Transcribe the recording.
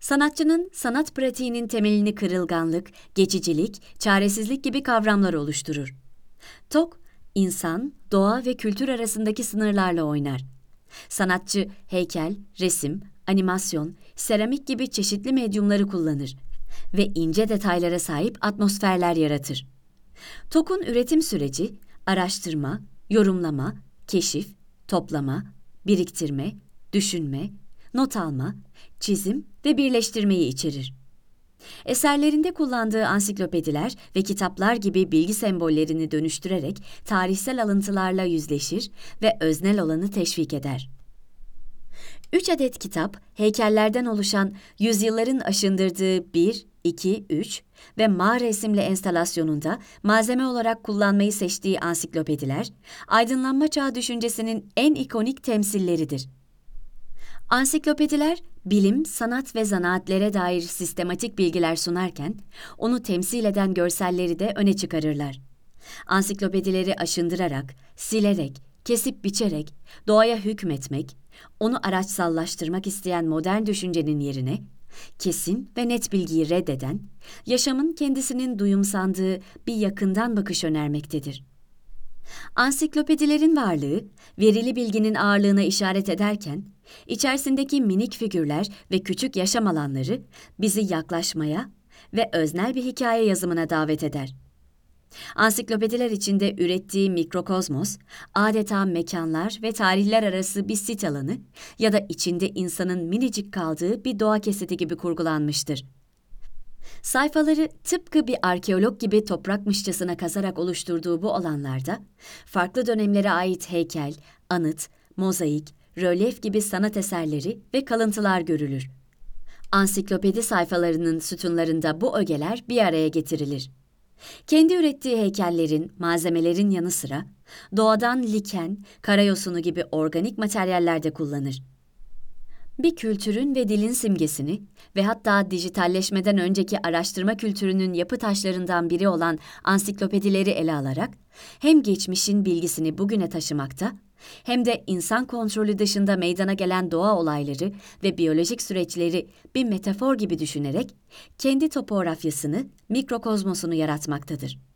Sanatçının sanat pratiğinin temelini kırılganlık, geçicilik, çaresizlik gibi kavramlar oluşturur. Tok, insan, doğa ve kültür arasındaki sınırlarla oynar. Sanatçı heykel, resim, animasyon, seramik gibi çeşitli medyumları kullanır ve ince detaylara sahip atmosferler yaratır. Tok'un üretim süreci, araştırma, yorumlama, keşif, toplama, biriktirme, düşünme, not alma, çizim ve birleştirmeyi içerir. Eserlerinde kullandığı ansiklopediler ve kitaplar gibi bilgi sembollerini dönüştürerek tarihsel alıntılarla yüzleşir ve öznel olanı teşvik eder. 3 adet kitap, heykellerden oluşan yüzyılların aşındırdığı 1, 2, 3 ve mağara isimli enstalasyonunda malzeme olarak kullanmayı seçtiği ansiklopediler, aydınlanma çağı düşüncesinin en ikonik temsilleridir. Ansiklopediler, bilim, sanat ve zanaatlere dair sistematik bilgiler sunarken, onu temsil eden görselleri de öne çıkarırlar. Ansiklopedileri aşındırarak, silerek, kesip biçerek, doğaya hükmetmek, onu araçsallaştırmak isteyen modern düşüncenin yerine, kesin ve net bilgiyi reddeden, yaşamın kendisinin duyumsandığı bir yakından bakış önermektedir. Ansiklopedilerin varlığı, verili bilginin ağırlığına işaret ederken, içerisindeki minik figürler ve küçük yaşam alanları bizi yaklaşmaya ve öznel bir hikaye yazımına davet eder. Ansiklopediler içinde ürettiği mikrokozmos, adeta mekanlar ve tarihler arası bir sit alanı ya da içinde insanın minicik kaldığı bir doğa kesiti gibi kurgulanmıştır. Sayfaları tıpkı bir arkeolog gibi toprakmışçasına kazarak oluşturduğu bu alanlarda, farklı dönemlere ait heykel, anıt, mozaik, rölyef gibi sanat eserleri ve kalıntılar görülür. Ansiklopedi sayfalarının sütunlarında bu ögeler bir araya getirilir. Kendi ürettiği heykellerin, malzemelerin yanı sıra doğadan liken, karayosunu gibi organik materyaller de kullanır. Bir kültürün ve dilin simgesini ve hatta dijitalleşmeden önceki araştırma kültürünün yapı taşlarından biri olan ansiklopedileri ele alarak hem geçmişin bilgisini bugüne taşımakta hem de insan kontrolü dışında meydana gelen doğa olayları ve biyolojik süreçleri bir metafor gibi düşünerek kendi topografyasını, mikrokozmosunu yaratmaktadır.